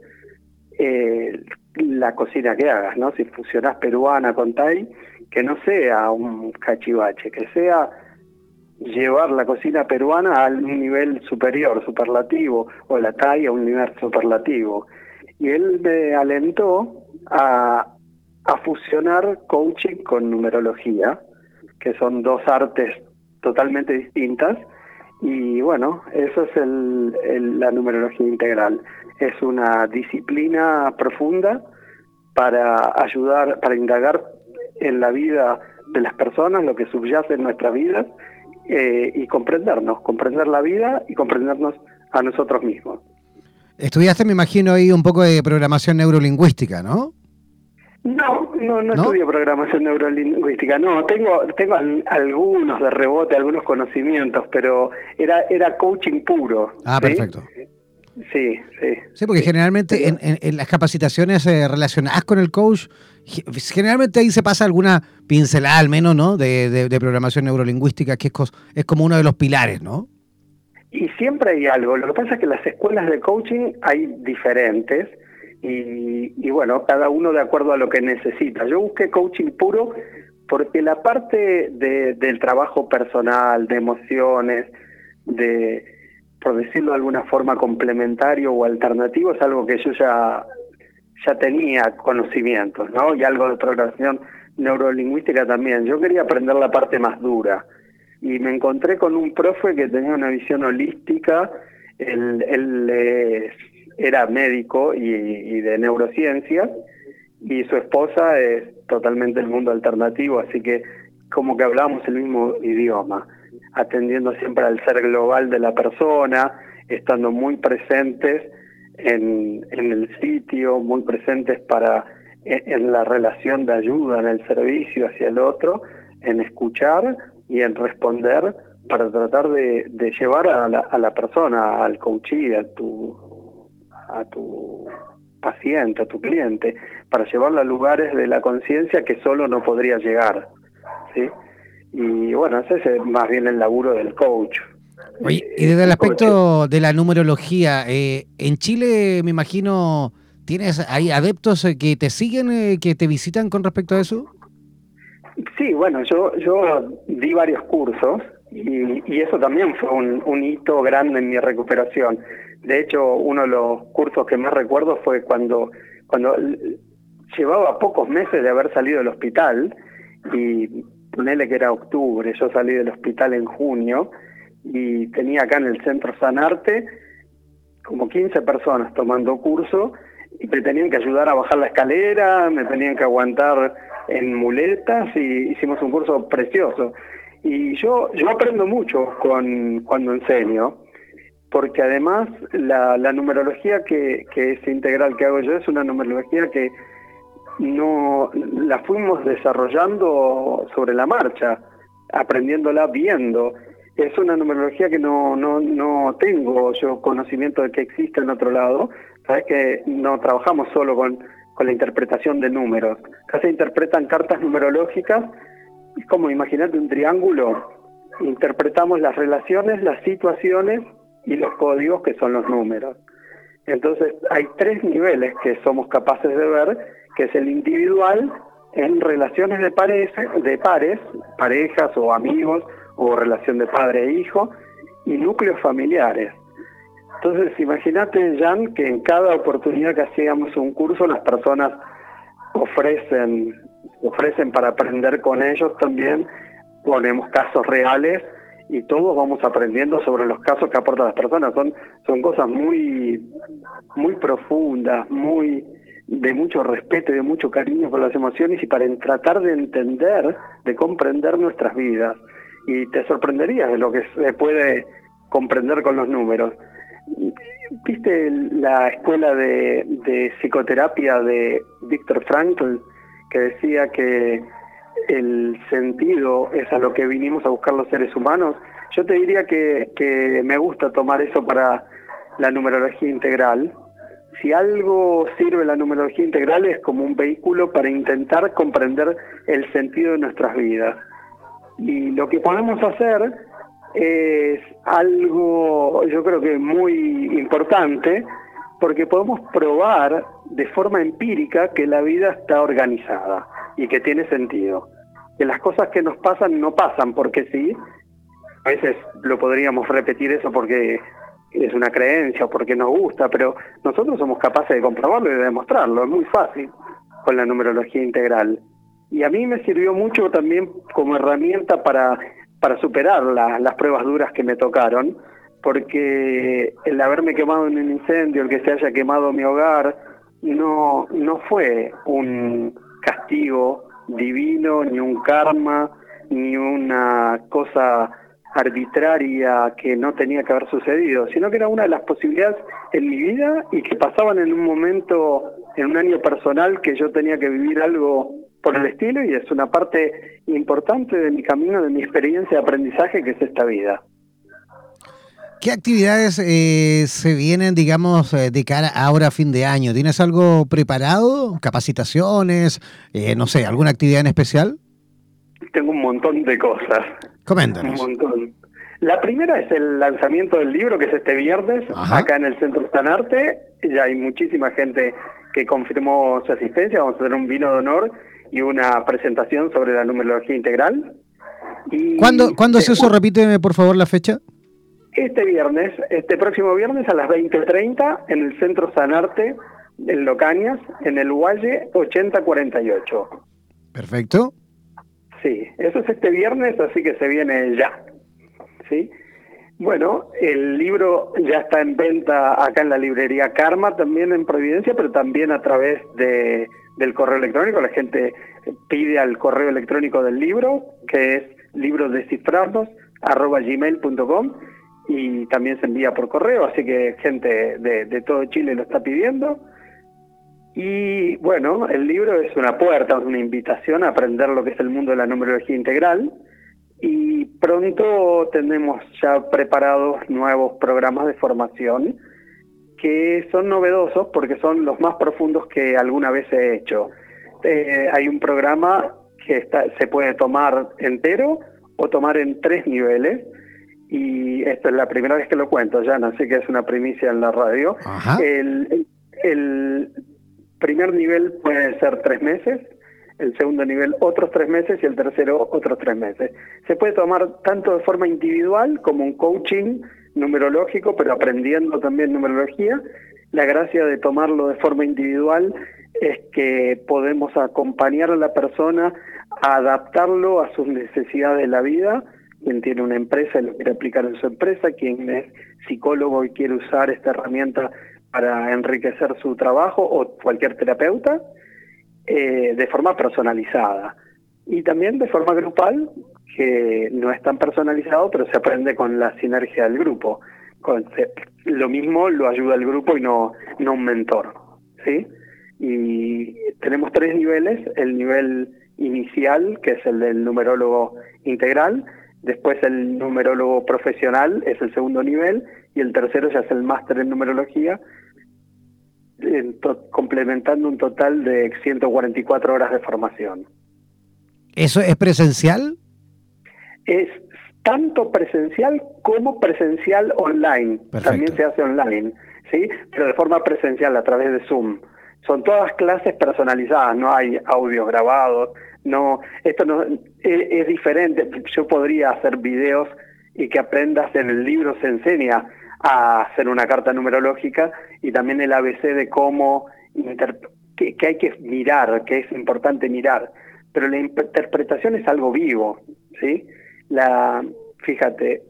la cocina que hagas, ¿no? Si fusionás peruana con Thai, que no sea un cachivache, que sea llevar la cocina peruana a un nivel superior, superlativo, o la Thai a un nivel superlativo. Y él me alentó a fusionar coaching con numerología, que son dos artes totalmente distintas. Y bueno, eso es la numerología integral. Es una disciplina profunda para ayudar, para indagar en la vida de las personas, lo que subyace en nuestras vidas, y comprender la vida y comprendernos a nosotros mismos. Estudiaste, me imagino, ahí un poco de programación neurolingüística, ¿no? No estudio programación neurolingüística, no, tengo algunos de rebote, algunos conocimientos, pero era coaching puro. Ah, ¿sí? Perfecto. Sí. Sí, porque generalmente en las capacitaciones relacionadas con el coach, generalmente ahí se pasa alguna pincelada al menos, ¿no? De programación neurolingüística, que es como uno de los pilares, ¿no? Y siempre hay algo. Lo que pasa es que las escuelas de coaching hay diferentes, y bueno, cada uno de acuerdo a lo que necesita. Yo busqué coaching puro porque la parte del trabajo personal, de emociones, por decirlo de alguna forma, complementario o alternativo, es algo que yo ya tenía conocimientos, ¿no? Y algo de programación neurolingüística también. Yo quería aprender la parte más dura, y me encontré con un profe que tenía una visión holística. Él era médico y de neurociencias, y su esposa es totalmente del mundo alternativo, así que como que hablábamos el mismo idioma, atendiendo siempre al ser global de la persona, estando muy presentes en el sitio, muy presentes en la relación de ayuda, en el servicio hacia el otro, en escuchar y en responder, para tratar de llevar a la persona, al coachee, a tu paciente, a tu cliente, para llevarlo a lugares de la conciencia que solo no podría llegar, ¿sí? Y bueno, ese es más bien el laburo del coach. Oye, y desde el aspecto de la numerología, en Chile, me imagino, ¿tienes ahí adeptos que te siguen, que te visitan con respecto a eso? Sí, bueno, yo di varios cursos, y eso también fue un hito grande en mi recuperación. De hecho, uno de los cursos que más recuerdo fue cuando llevaba pocos meses de haber salido del hospital, y ponele que era octubre, yo salí del hospital en junio, y tenía acá en el Centro Sanarte como 15 personas tomando curso, y me tenían que ayudar a bajar la escalera, me tenían que aguantar en muletas, y hicimos un curso precioso. Y yo aprendo mucho cuando enseño, porque además la numerología que es integral que hago yo es una numerología que no la fuimos desarrollando sobre la marcha, aprendiéndola viendo. Es una numerología que no tengo yo conocimiento de que existe en otro lado. Sabes que no trabajamos solo con la interpretación de números. Acá se interpretan cartas numerológicas. Es como, imagínate un triángulo. Interpretamos las relaciones, las situaciones y los códigos que son los números. Entonces hay 3 niveles que somos capaces de ver, que es el individual en relaciones de pares, parejas o amigos, o relación de padre e hijo, y núcleos familiares. Entonces, imagínate, Jan, que en cada oportunidad que hacíamos un curso, las personas ofrecen para aprender con ellos también, ponemos casos reales, y todos vamos aprendiendo sobre los casos que aportan las personas. Son cosas muy, muy profundas, muy de mucho respeto y de mucho cariño por las emociones, y para tratar de entender, de comprender nuestras vidas. Y te sorprenderías de lo que se puede comprender con los números. ¿Viste la escuela de psicoterapia de Viktor Frankl, que decía que el sentido es a lo que vinimos a buscar los seres humanos? Yo te diría que me gusta tomar eso para la numerología integral. Si algo sirve la numerología integral, es como un vehículo para intentar comprender el sentido de nuestras vidas. Y lo que podemos hacer es algo, yo creo que muy importante, porque podemos probar de forma empírica que la vida está organizada y que tiene sentido. Que las cosas que nos pasan no pasan porque sí. A veces lo podríamos repetir eso porque es una creencia o porque nos gusta, pero nosotros somos capaces de comprobarlo y de demostrarlo. Es muy fácil con la numerología integral. Y a mí me sirvió mucho también como herramienta para superar las pruebas duras que me tocaron, porque el haberme quemado en un incendio, el que se haya quemado mi hogar, no fue un castigo divino, ni un karma, ni una cosa arbitraria que no tenía que haber sucedido, sino que era una de las posibilidades en mi vida y que pasaban en un momento, en un año personal, que yo tenía que vivir algo por el estilo, y es una parte importante de mi camino, de mi experiencia de aprendizaje, que es esta vida. ¿Qué actividades se vienen, digamos, de cara ahora a fin de año? ¿Tienes algo preparado? ¿Capacitaciones? No sé, ¿alguna actividad en especial? Tengo un montón de cosas. Coméntanos. Un montón. La primera es el lanzamiento del libro, que es este viernes, acá en el Centro Sanarte. Ya hay muchísima gente que confirmó su asistencia. Vamos a tener un vino de honor y una presentación sobre la numerología integral. Y ¿Cuándo es eso? Repíteme, por favor, la fecha. Este próximo viernes a las 20:30 en el Centro Sanarte, en Locañas, en el Valle 8048. Perfecto. Sí, eso es este viernes, así que se viene ya. ¿Sí? Bueno, el libro ya está en venta acá en la librería Karma, también en Providencia, pero también a través del correo electrónico. La gente pide al correo electrónico del libro, que es librodescifrados@gmail.com, y también se envía por correo, así que gente de todo Chile lo está pidiendo. Y bueno, el libro es una puerta, es una invitación a aprender lo que es el mundo de la numerología integral, y pronto tenemos ya preparados nuevos programas de formación que son novedosos porque son los más profundos que alguna vez he hecho. Hay un programa que se puede tomar entero o tomar en 3 niveles, y esta es la primera vez que lo cuento, Jan, así que es una primicia en la radio. El primer nivel puede ser 3 meses, el segundo nivel otros 3 meses y el tercero otros 3 meses. Se puede tomar tanto de forma individual como un coaching numerológico, pero aprendiendo también numerología. La gracia de tomarlo de forma individual es que podemos acompañar a la persona a adaptarlo a sus necesidades de la vida. Quien tiene una empresa y lo quiere aplicar en su empresa, quien es psicólogo y quiere usar esta herramienta para enriquecer su trabajo, o cualquier terapeuta, de forma personalizada. Y también de forma grupal, que no es tan personalizado, pero se aprende con la sinergia del grupo. Lo mismo lo ayuda el grupo y no un mentor, ¿sí? Y tenemos 3 niveles: el nivel inicial, que es el del numerólogo integral, después el numerólogo profesional es el segundo nivel, y el tercero ya es el máster en numerología, complementando un total de 144 horas de formación. ¿Eso es presencial? Es tanto presencial como presencial online. Perfecto. También se hace online, ¿sí? Pero de forma presencial a través de Zoom. Son todas clases personalizadas, no hay audios grabados, no, esto no es diferente. Yo podría hacer videos y que aprendas, en el libro se enseña a hacer una carta numerológica, y también el ABC de cómo que hay que mirar, que es importante mirar, pero la interpretación es algo vivo, ¿sí? Fíjate,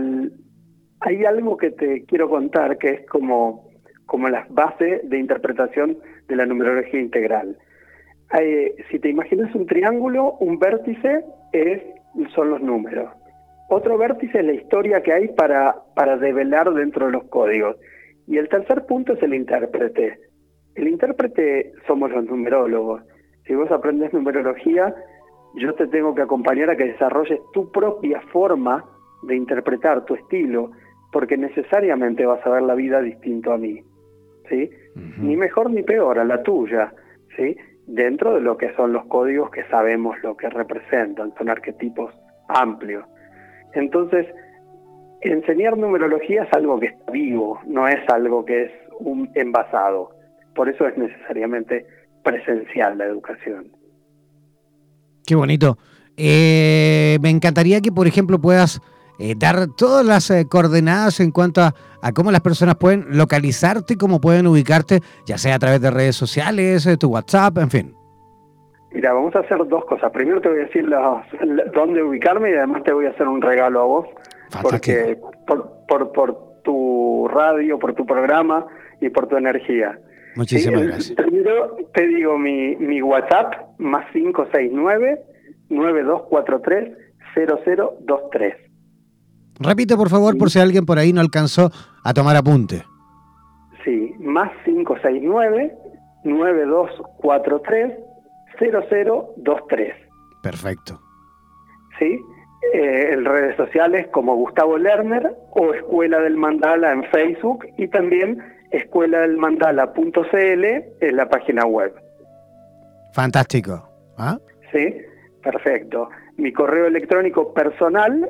hay algo que te quiero contar que es como las bases de interpretación de la numerología integral. Si te imaginas un triángulo, un vértice son los números. Otro vértice es la historia que hay para develar dentro de los códigos. Y el tercer punto es el intérprete. El intérprete somos los numerólogos. Si vos aprendes numerología, yo te tengo que acompañar a que desarrolles tu propia forma de interpretar, tu estilo, porque necesariamente vas a ver la vida distinto a mí, ¿sí? Uh-huh. Ni mejor ni peor, a la tuya, ¿sí? Dentro de lo que son los códigos que sabemos lo que representan, son arquetipos amplios. Entonces, enseñar numerología es algo que está vivo, no es algo que es un envasado. Por eso es necesariamente presencial la educación. Qué bonito. Me encantaría que, por ejemplo, puedas dar todas las coordenadas en cuanto a cómo las personas pueden localizarte, cómo pueden ubicarte, ya sea a través de redes sociales, tu WhatsApp, en fin. Mira, vamos a hacer 2 cosas. Primero te voy a decir dónde ubicarme, y además te voy a hacer un regalo a vos. Fantástico. Porque por tu radio, por tu programa y por tu energía. Muchísimas gracias. Primero te digo mi WhatsApp, más 569-9243-0023. Repite, por favor, por si alguien por ahí no alcanzó a tomar apunte. Sí, más 569-9243-0023. Perfecto. Sí, en redes sociales como Gustavo Lerner o Escuela del Mandala en Facebook, y también escueladelmandala.cl es la página web. Fantástico. ¿Ah? Sí, perfecto. Mi correo electrónico personal,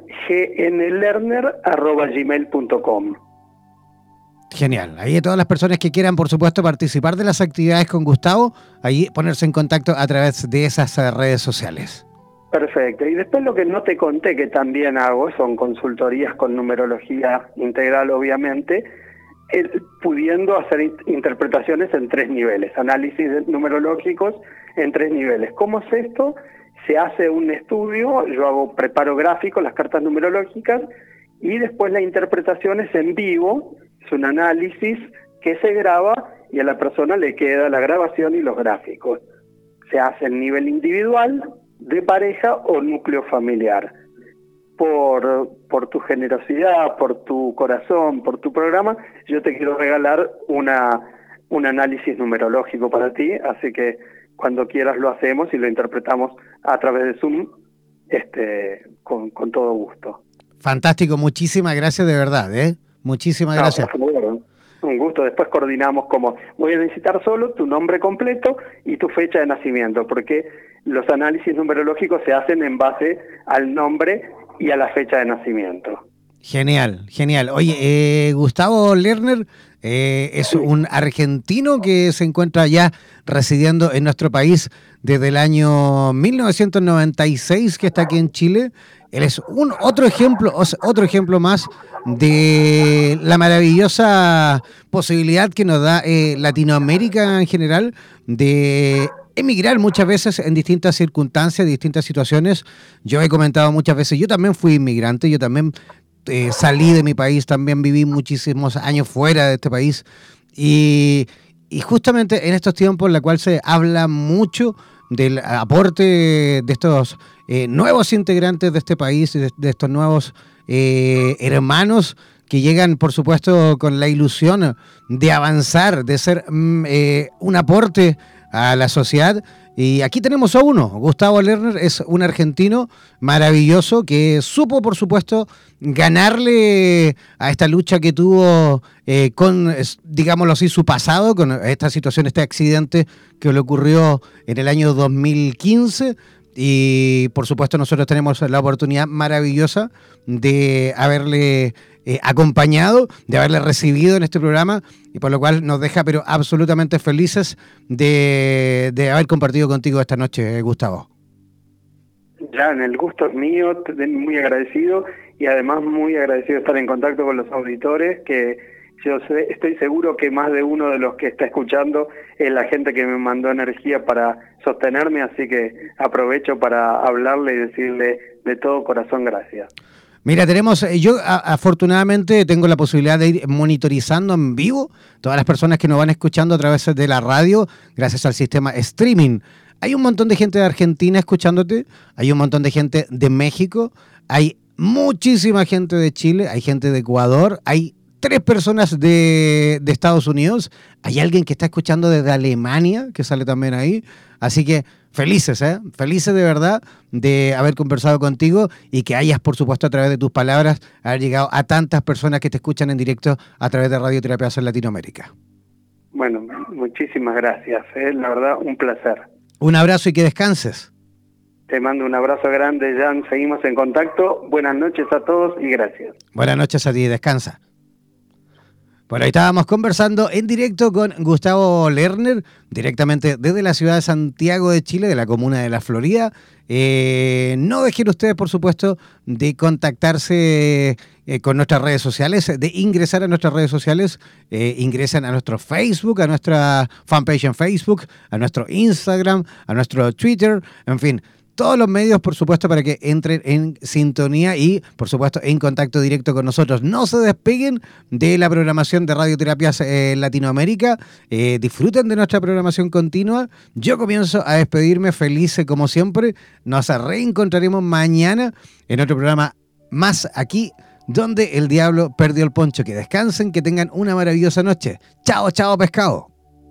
gnlerner@gmail.com. Genial. Ahí todas las personas que quieran, por supuesto, participar de las actividades con Gustavo, ahí ponerse en contacto a través de esas redes sociales. Perfecto. Y después lo que no te conté, que también hago, son consultorías con numerología integral, obviamente, pudiendo hacer interpretaciones en 3 niveles, análisis numerológicos en 3 niveles. ¿Cómo es esto? Se hace un estudio, yo preparo gráficos, las cartas numerológicas, y después la interpretación es en vivo, es un análisis que se graba y a la persona le queda la grabación y los gráficos. Se hace en nivel individual, de pareja o núcleo familiar. Por tu generosidad, por tu corazón, por tu programa, yo te quiero regalar un análisis numerológico para ti, así que cuando quieras lo hacemos y lo interpretamos a través de Zoom, con todo gusto. Fantástico, muchísimas gracias de verdad, muchísimas gracias. Por favor, un gusto. Después coordinamos voy a necesitar solo tu nombre completo y tu fecha de nacimiento, porque los análisis numerológicos se hacen en base al nombre y a la fecha de nacimiento. Genial, genial. Oye, Gustavo Lerner es un argentino que se encuentra ya residiendo en nuestro país desde el año 1996, que está aquí en Chile. Él es otro ejemplo más de la maravillosa posibilidad que nos da Latinoamérica en general de emigrar muchas veces en distintas circunstancias, distintas situaciones. Yo he comentado muchas veces, yo también fui inmigrante, yo también salí de mi país, también viví muchísimos años fuera de este país, y justamente en estos tiempos en la cual se habla mucho del aporte de estos nuevos integrantes de este país, de estos nuevos hermanos que llegan, por supuesto, con la ilusión de avanzar, de ser un aporte a la sociedad. Y aquí tenemos a uno. Gustavo Lerner es un argentino maravilloso que supo, por supuesto, ganarle a esta lucha que tuvo con, digámoslo así, su pasado, con esta situación, este accidente que le ocurrió en el año 2015. Y, por supuesto, nosotros tenemos la oportunidad maravillosa de haberle acompañado, de haberle recibido en este programa, y por lo cual nos deja pero absolutamente felices de haber compartido contigo esta noche, Gustavo. Jan, el gusto es mío, muy agradecido, y además muy agradecido de estar en contacto con los auditores, que yo estoy seguro que más de uno de los que está escuchando es la gente que me mandó energía para sostenerme, así que aprovecho para hablarle y decirle de todo corazón gracias. Mira, yo afortunadamente tengo la posibilidad de ir monitorizando en vivo todas las personas que nos van escuchando a través de la radio, gracias al sistema streaming. Hay un montón de gente de Argentina escuchándote, hay un montón de gente de México, hay muchísima gente de Chile, hay gente de Ecuador, hay 3 personas de Estados Unidos, hay alguien que está escuchando desde Alemania, que sale también ahí, así que felices, felices de verdad de haber conversado contigo y que hayas, por supuesto, a través de tus palabras, haber llegado a tantas personas que te escuchan en directo a través de Radioterapias en Latinoamérica. Bueno, muchísimas gracias, la verdad, un placer. Un abrazo y que descanses. Te mando un abrazo grande, Jan, seguimos en contacto, buenas noches a todos y gracias. Buenas noches a ti, descansa. Bueno, ahí estábamos conversando en directo con Gustavo Lerner, directamente desde la ciudad de Santiago de Chile, de la comuna de La Florida. No dejen ustedes, por supuesto, de contactarse con nuestras redes sociales, de ingresar a nuestras redes sociales. Ingresen a nuestro Facebook, a nuestra fanpage en Facebook, a nuestro Instagram, a nuestro Twitter, en fin. Todos los medios, por supuesto, para que entren en sintonía y, por supuesto, en contacto directo con nosotros. No se despeguen de la programación de Radioterapias en Latinoamérica. Disfruten de nuestra programación continua. Yo comienzo a despedirme feliz como siempre. Nos reencontraremos mañana en otro programa más aquí, donde el diablo perdió el poncho. Que descansen, que tengan una maravillosa noche. Chao, chao, pescado.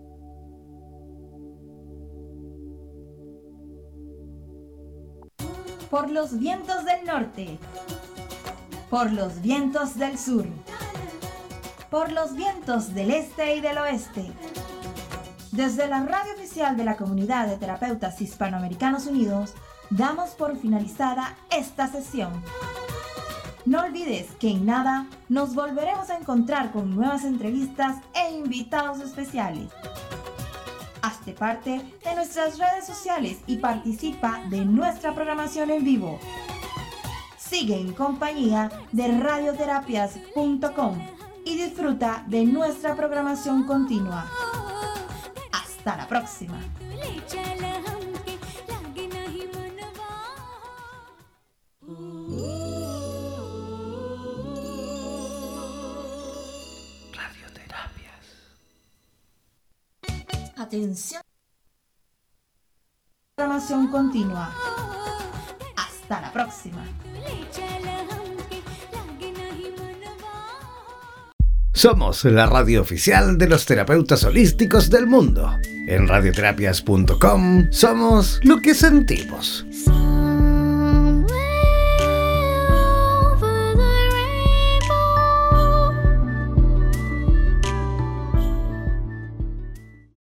Por los vientos del norte, por los vientos del sur, por los vientos del este y del oeste. Desde la radio oficial de la Comunidad de Terapeutas Hispanoamericanos Unidos, damos por finalizada esta sesión. No olvides que en nada nos volveremos a encontrar con nuevas entrevistas e invitados especiales. Hazte parte de nuestras redes sociales y participa de nuestra programación en vivo. Sigue en compañía de radioterapias.com y disfruta de nuestra programación continua. Hasta la próxima. Atención. Programación continua. Hasta la próxima. Somos la radio oficial de los terapeutas holísticos del mundo. En radioterapias.com somos lo que sentimos.